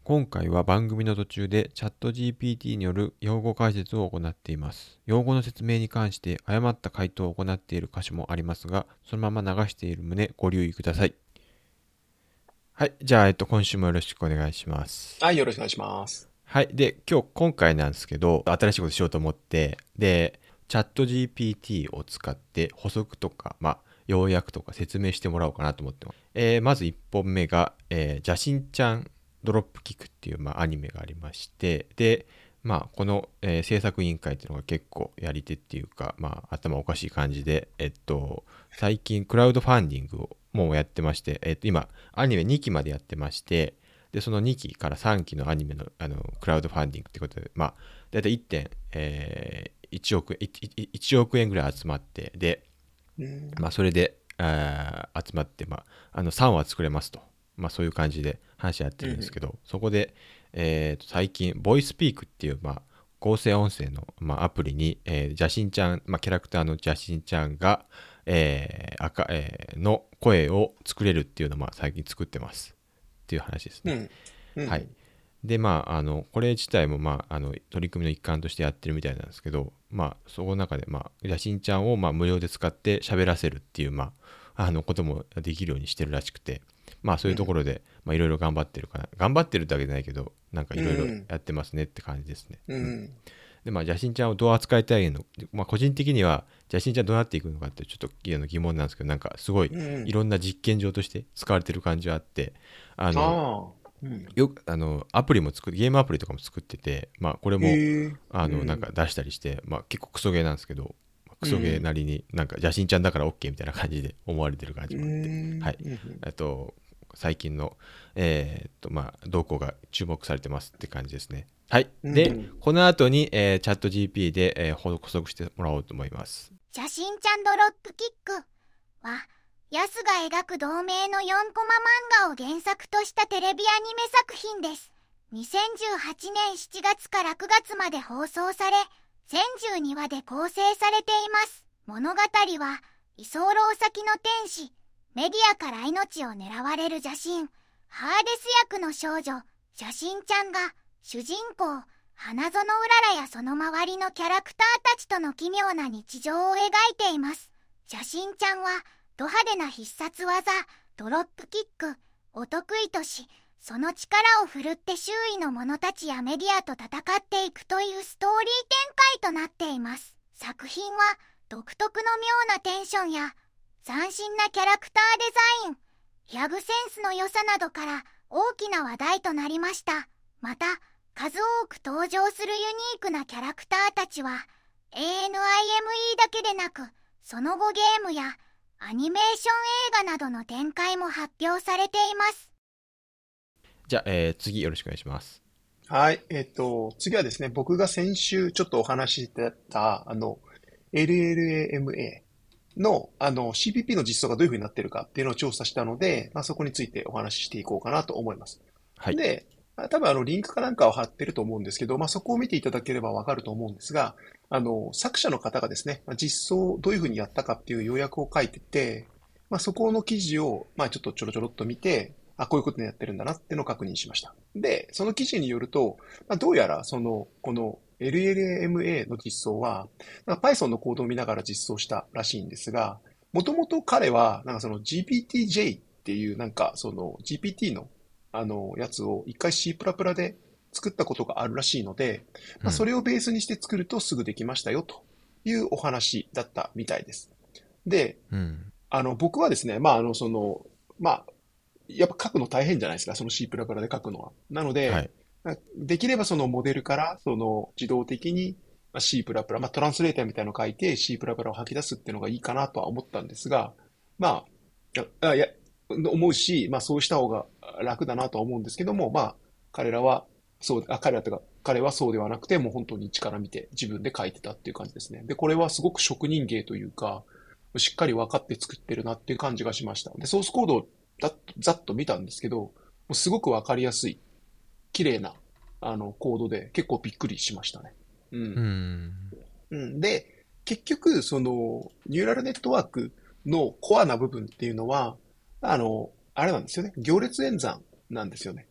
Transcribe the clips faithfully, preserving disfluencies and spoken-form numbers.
今回は番組の途中でチャット ジーピーティー による用語解説を行っています。用語の説明に関して誤った回答を行っている箇所もありますが、そのまま流している旨ご留意ください。はい。じゃあ、えっと、今週もよろしくお願いします。 はい、よろしくお願いします。 はい。で、今日、今回なんですけど、新しいことしようと思って、で、チャット ジーピーティー を使って補足とか、まあ、要約とか説明してもらおうかなと思ってます。えーまずいっぽんめが、えー、邪神ちゃんドロップキックっていう、まあ、アニメがありまして、で、まあ、この、えー制作委員会っていうのが結構やり手っていうか、まあ、頭おかしい感じで、えっと、最近クラウドファンディングをもうやってまして、えっと、今、アニメにきまでやってまして、で、そのにきからさんきのアニメの、あの、クラウドファンディングってことで、まあ、だいたいいってん、えー、いちおく、いちいちおく円ぐらい集まって、で、 うん、 まあ、それで、あー集まって、まあ、あのさんわ作れますと、まあ、そういう感じで話やってうん、 るんですけど、そこで、えーと最近、ボイスピークっていう、まあ、合成音声の、まあ、アプリに、えー、邪神ちゃん、まあ、キャラクターの邪神ちゃんが、えー赤えーの声を作れるっていうのを、まあ、最近作ってますっていう話ですね。 うん、うはい。 ん、 で、まあ、あの、これ自体も、まあ、あの、取り組みの一環としてやってるみたいなんですけど、まあ、そこの中で、まあ、野心ちゃんを、まあ、無料で使って喋らせるっていう、まあ、あの、こともできるようにしてるらしくて、まあ、そううん、 いうところで、まあ、いろいろ頑張ってるかな。頑張ってるだけじゃないけど、なんかいろいろうん、 やってますねって感じですね。うん。 うん、 で、まあ、邪神ちゃんをどう扱いたいの、まあ、個人的には、邪神ちゃんどうなっていくのかってちょっとあの疑問なんですけど、なんかすごいうん、 いろんな実験場として使われてる感じはあって、あの、 ああ、うん、 よく、あの、アプリも作る、ゲームアプリとかも作ってて、まあ、これも、 へえ、 あの、なんうん、 か出したりして、まあ、結構クソゲーなんですけど、クソゲーうん、 なりになんか邪神ちゃんだから OK みたいな感じで思われてる感うじもあって、はん、 い。 うん、 あと、最近の、えーっと、まあ、動向が注目されてますって感じですね。はい。 うん、うで、 ん、 この後に、えーチャット ジーピー で、えー補足してもらおうと思います。 写真ちゃんドロップキックは、ヤスが描く同名のよんコマ漫画を原作としたテレビアニメ作品です。にせんじゅうはちねんしちがつからくがつまで放送され、せんじゅうにわで構成されています。物語は、居候先の天使、メディアから命を狙われる邪神、ハーデス役の少女、邪神ちゃんが、主人公、花園うららやその周りのキャラクターたちとの奇妙な日常を描いています。邪神ちゃんは、ド派手な必殺技、ドロップキック、お得意とし、その力を振るって周囲の者たちやメディアと戦っていくというストーリー展開となっています。作品は独特の妙なテンションや斬新なキャラクターデザイン、ギャグセンスの良さなどから大きな話題となりました。また、数多く登場するユニークなキャラクターたちは エーエヌアイエムイー だけでなく、その後ゲームやアニメーション映画などの展開も発表されています。 じゃあ、えー次よろしくお願いします。 はい、えっと、次はですね、僕が先週ちょっとお話ししてた、あの、エルエルエーエムエー の、あの、シーピーピー の実装がどういう風になってるかっていうのを調査したので、まあ、そこについてお話ししていこうかなと思います。 はい。 で、あ多分あの、リンクかなんかを貼ってると思うんですけど、まあ、そこを見ていただければわかると思うんですが、あの、作者の方がですね、まあ実装をどういうふうにやったかっていう要約を書いてて、まあ、そこの記事を、まあ、ちょっとちょろちょろっと見て、あ、こういうことにやってるんだなっていうのを確認しました。で、その記事によると、まあ、どうやら、その、この エルエルエムエー の実装は、まあ Python のコードを見ながら実装したらしいんですが、もともと彼は、なんかその ジーピーティージェイ っていうなんかその ジーピーティー のあのやつを一回 C++ で作ったことがあるらしいので、まあ、そうん。 れをベースにして作るとすぐできましたよというお話だったみたいです。で、 うん。 あの僕はですね、まああのその、まあやっぱ書くの大変じゃないですか、その C++ で書くのは。なので、 はい。 できればそのモデルからその自動的に C++、まあトランスレーターみたいなのを書いて C++ を吐き出すっていうのがいいかなとは思ったんですが、まあ、あいや、思うし、まあそうした方が楽だなとは思うんですけども、まあ彼らはそう、あ、彼らというか、彼はそうではなくて、もう本当に一から見て自分で書いてたっていう感じですね。で、これはすごく職人芸というか、しっかり分かって作ってるなっていう感じがしました。で、ソースコードをざっざっと見たんですけど、もうすごく分かりやすい、綺麗な、あの、コードで結構びっくりしましたね。ううん。 ん。 うん。で、結局、その、ニューラルネットワークのコアな部分っていうのは、あの、あれなんですよね。行列演算なんですよね。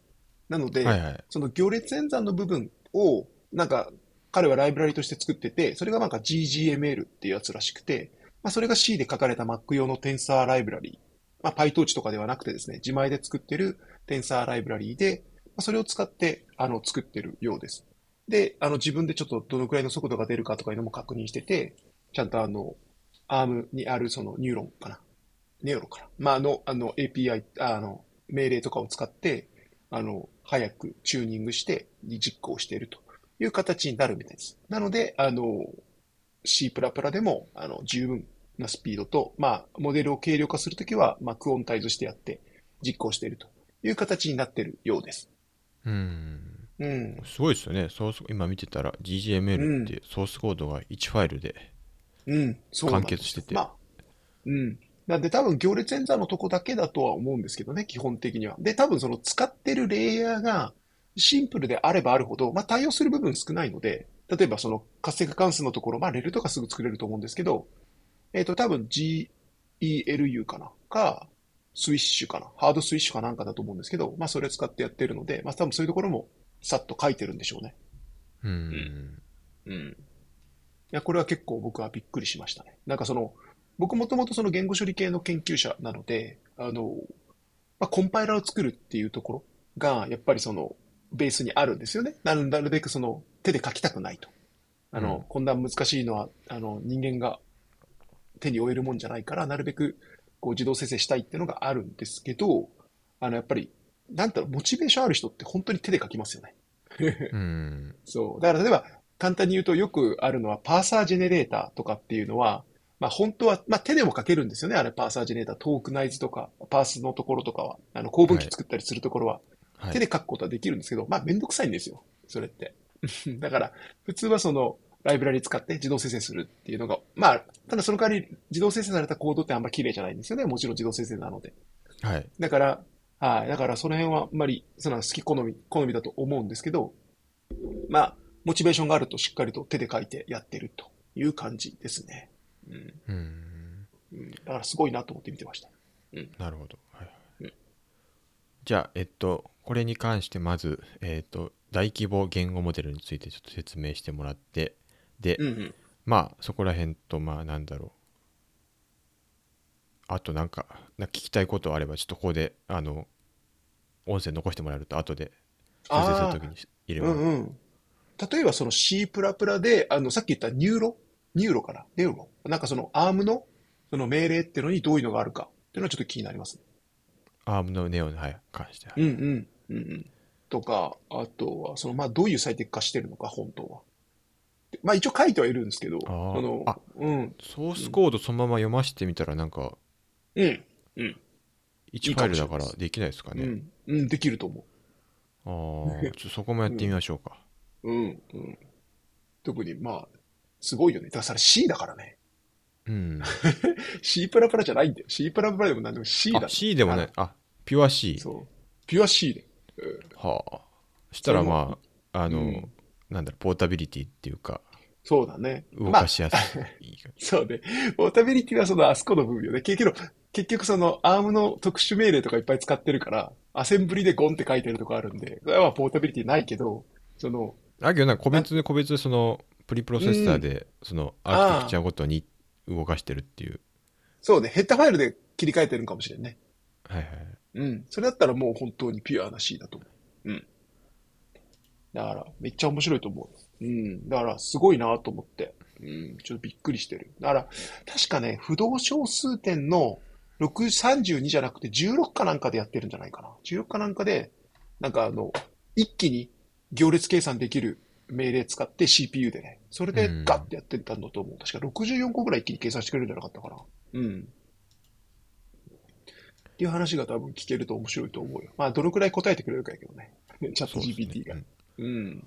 なので、 はいはい。 その行列演算の部分を、なんか、彼はライブラリとして作ってて、それがなんか ジージーエムエル っていうやつらしくて、まあ、それが C で書かれた Mac 用のテンサーライブラリー。まあ、PyTorch とかではなくてですね、自前で作ってるテンサーライブラリーで、まあ、それを使って、あの、作ってるようです。で、あの、自分でちょっとどのくらいの速度が出るかとかいうのも確認してて、ちゃんとあの、アーム にあるそのニューロンかな。ネオロかな。まあ、あの、あの、エーピーアイ、あの、命令とかを使って、あの、早くチューニングして実行しているという形になるみたいです。なので、あの、C++ でも、あの、十分なスピードと、まあ、モデルを軽量化するときは、まあ、クオンタイズしてやって実行しているという形になっているようです。 うーん。 うん。 すごいですよね。ソース、今見てたら ジージーエムエル っうん。 てソースコードがいちファイルでうん。そう完なんですよ。 結してて。 まあ、うん。なんで多分行列演算のとこだけだとは思うんですけどね、基本的には。で、多分その使ってるレイヤーがシンプルであればあるほど、まあ対応する部分少ないので、例えばその活性化関数のところ、まあレルとかすぐ作れると思うんですけど、えっと多分 ジーイーエルユー かなか、スイッシュかなハードスイッシュかなんかだと思うんですけど、まあそれ使ってやってるので、まあ多分そういうところもさっと書いてるんでしょうね。 うーうん。 ん。 うん。いや、これは結構僕はびっくりしましたね。なんかその、僕もともとその言語処理系の研究者なので、あの、まあ、コンパイラーを作るっていうところが、やっぱりその、ベースにあるんですよね。なるなるべくその、手で書きたくないと。あの、 うん。 こんな難しいのは、あの、人間が手に負えるもんじゃないから、なるべく、こう、自動生成したいっていうのがあるんですけど、あの、やっぱり、なんだろう、モチベーションある人って本当に手で書きますよね。 うーん。 そう。だから例えば、簡単に言うとよくあるのは、パーサージェネレーターとかっていうのは、まあ本当は、まあ手でも書けるんですよね。あれ、パーサージェネレーター、トークナイズとか、パースのところとかは、あの、構文はい。 器作ったりするところは、 はい。 手で書くことはできるんですけど、まあめんどくさいんですよ。それって。だから、普通はその、ライブラリ使って自動生成するっていうのが、まあ、ただその代わり自動生成されたコードってあんま綺麗じゃないんですよね。もちろん自動生成なので。 はい。 だから、はい。だからその辺はあんまり、その好き好み、好みだと思うんですけど、まあ、モチベーションがあるとしっかりと手で書いてやってるという感じですね。うん。 うーん。 うん、だからすごいなと思って見てました。うん。 なるほど。はい。 うん。 じゃあ、えっと、これに関してまず、えっと、大規模言語モデルについてちょっと説明してもらって、で、 うんうん。 まあ、そこら辺と、まあ、なんだろう。あと、なんか、なんか聞きたいことあれば、ちょっとここで、あの、音声残してもらえると、後で修正するああ、 ときに入れうます。 んうん。例えばその C++ で、あの、さっき言ったニューロニューロかなネウロなんかその アーム のその命令っていうのにどういうのがあるかっていうのはちょっと気になりますね。 アームのネオに、はい、関して、はい。 うんうん。うんうん。とか、あとは、その、まあ、どういう最適化してるのか、本当は。まあ、一応書いてはいるんですけど、その、 ああ、あ、 うん、 ソーうん、 スコードそのまま読ませてみたら、なんか、 うん、うん。 いちいいかファイルだかもしれないです。 らできないですかね。 うん、うん、できると思ああ、 う。 ちょっとそこもやってみうん、 ましょうか。 うん、うん。特に、まあ、すごいよね。だからそれ C だからね。 うん。 C++ じゃないんだよ。C++ でも何でも C あ、 だね。 C でもね、 あの、 あ、ピュア C。 そう。ピュア C で。うん、 はあ。したそれも、 らまあ、あの、 うん、 なんだろう、ポータビリティっていうか、 そうだね。 動かまあ、 しやすい。 そうね。ポータビリティはそのあそこの部分よね。けど、結局そのアームの特殊命令とかいっぱい使ってるから、アセンブリでゴンって書いてるとこあるんで、それはポータビリティないけど、その、 だけどなんか個なん、 別で個別でそのプリプロセッサーうん、 でそのアーキテクチああ、 ャごとに動かしてるっていう。 そうね。ヘッダファイルで切り替えてるのかもしれんね。 はいはい。 うん。それだったらもう本当にピュアな C だと思う。うん。だから、めっちゃ面白いと思う。うん。だから、すごいなと思って。うん。ちょっとびっくりしてる。だから、確かね、不動小数点のろく、さんじゅうにじゃなくてじゅうろくかなんかでやってるんじゃないかな。じゅうろくかなんかで、なんかあの、一気に行列計算できる命令使って シーピーユー でね、それうでガッん。 てやってたんだと思う。確かろくじゅうよんこぐらい一気に計算してくれるんじゃなかったかな。うん。っていう話が多分聞けると面白いと思うよ。まあ、どのくらい答えてくれるかやけどね。チャットそうですね。 ジーピーティー が。うん。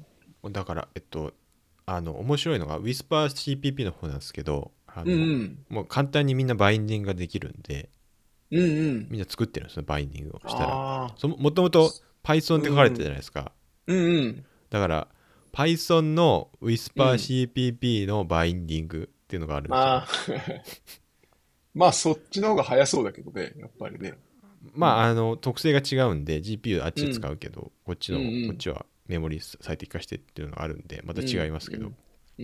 うん。だからえっとあの面白いのが WhisperCpp の方なんですけど、あうんうのん。 もう簡単にみんなバインディングができるんで、 うんうん。 みんな作ってるんですよバインディングをしたら。 ああ。 そももともと Python って書かれてたじうん。 ゃないですか。 うんうん。 だから Python のうん。 WhisperCpp のバインディングっていうのがあるんですよね。 まあ、まあそっちの方が早そうだけどね、やっぱりね。 まああの特性が違うんで ジーピーユー あっち使うけど、 うん、 こっちの、 うんうん、 こっちはメモリ最適化してっていうのがあるんでまた違いますけど、 うん、うん、うん。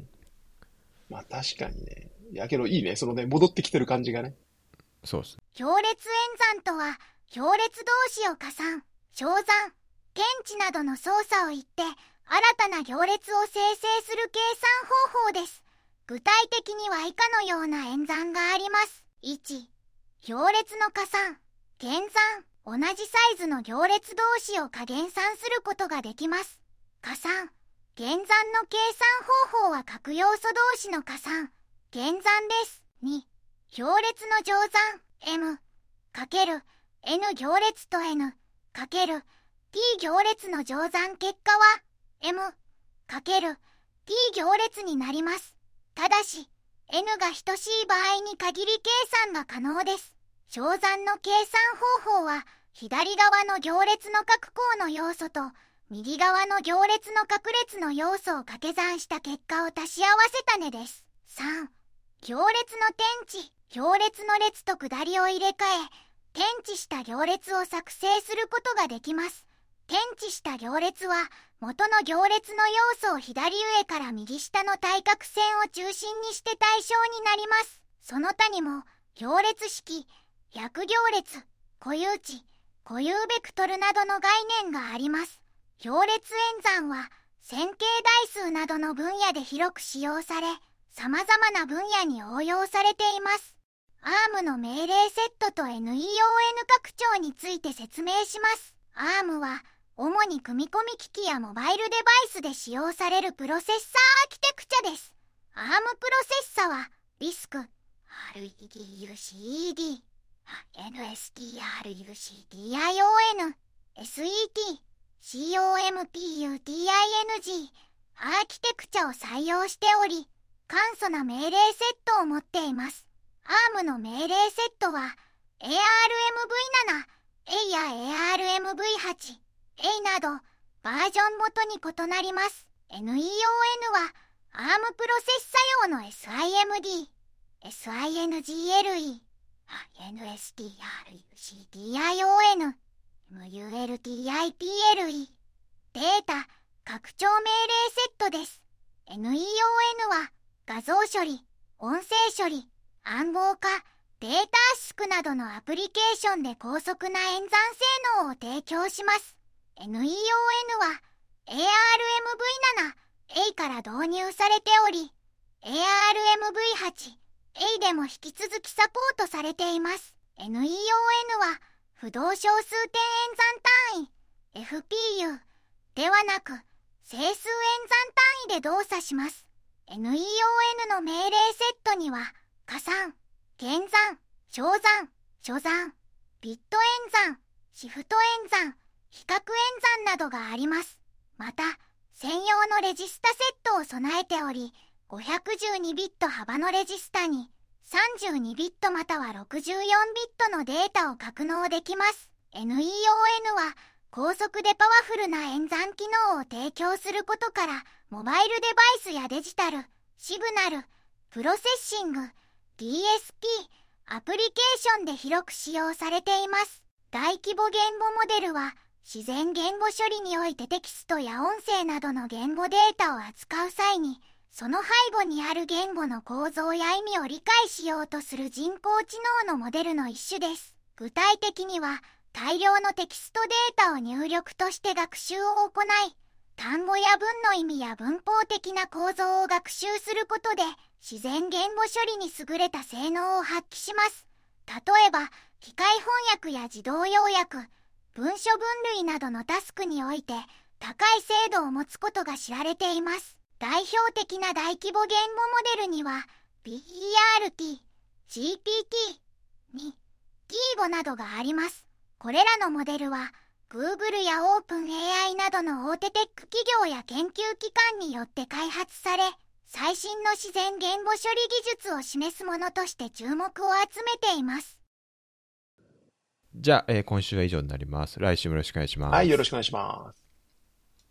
まあ確かにね。いやけどいいね。そのね、戻ってきてる感じがね。 そうっす。 行列演算とは、行列同士を加算、小算、検知などの操作を言って、新たな行列を生成する計算方法です。具体的には以下のような演算があります。いち、行列の加算、減算、同じサイズの行列同士を加減算することができます。加算、減算の計算方法は各要素同士の加算、減算です。に、行列の乗算、M、かける N 行列と N、かける T 行列の乗算結果は M、かける T 行列になります。ただし、N が等しい場合に限り計算が可能です。小算の計算方法は、左側の行列の各項の要素と、右側の行列の各列の要素を掛け算した結果を足し合わせたねです。さん、行列の天地、行列の列と下りを入れ替え、天地した行列を作成することができます。天地した行列は、元の行列の要素を左上から右下の対角線を中心にして対象になります。その他にも、行列式、逆行列、固有値、固有ベクトルなどの概念があります。行列演算は、線形代数などの分野で広く使用され、様々な分野に応用されています。アーム の命令セットと ネオン 拡張について説明します。アーム は、主に組み込み機器やモバイルデバイスで使用されるプロセッサーアーキテクチャです。アーム プロセッサは、リスク、アールイーディーユーシーディー、エヌエスティーアールユーシーディーアイオーエヌ、エスイーティー、シーオーエムピーユーティーアイエヌジー、アーキテクチャを採用しており、簡素な命令セットを持っています。アーム の命令セットは エーアールエムブイセブン、エイ や エーアールエムブイエイト、エイ などバージョンごとに異なります。ネオン は アーム プロセッサ用の エスアイエムディー、エスアイエヌジーエルイー、エヌエスティーアールユーシーディーアイオーエヌ、エムユーエルティーアイピーエルイー、データ、拡張命令セットです。ネオン は画像処理、音声処理、暗号化、データ圧縮などのアプリケーションで高速な演算性能を提供します。ネオン は エーアールエムブイセブン、エイ から導入されており、エーアールエムブイエイト、エイ でも引き続きサポートされています。ネオン は不動小数点演算単位、エフピーユー ではなく、整数演算単位で動作します。ネオン の命令セットには、加算、減算、小算、初算、ビット演算、シフト演算、比較演算などがあります。また、専用のレジスタセットを備えており、ごひゃくじゅうにビット幅のレジスタにさんじゅうにビットまたはろくじゅうよんビットのデータを格納できます。ネオン は高速でパワフルな演算機能を提供することから、モバイルデバイスやデジタル、シグナル、プロセッシング、ディーエスピー、アプリケーションで広く使用されています。大規模言語モデルは、自然言語処理においてテキストや音声などの言語データを扱う際に、その背後にある言語の構造や意味を理解しようとする人工知能のモデルの一種です。具体的には、大量のテキストデータを入力として学習を行い、単語や文の意味や文法的な構造を学習することで、自然言語処理に優れた性能を発揮します。例えば、機械翻訳や自動要約、文書分類などのタスクにおいて、高い精度を持つことが知られています。代表的な大規模言語モデルには ビーイーアールティー、ジーピーティー、に、ティーゴなどがあります。これらのモデルは Google や OpenAI などの大手テック企業や研究機関によって開発され、最新の自然言語処理技術を示すものとして注目を集めています。 じゃあ、えー今週は以上になります。来週もよろしくお願いします。 はい、よろしくお願いします。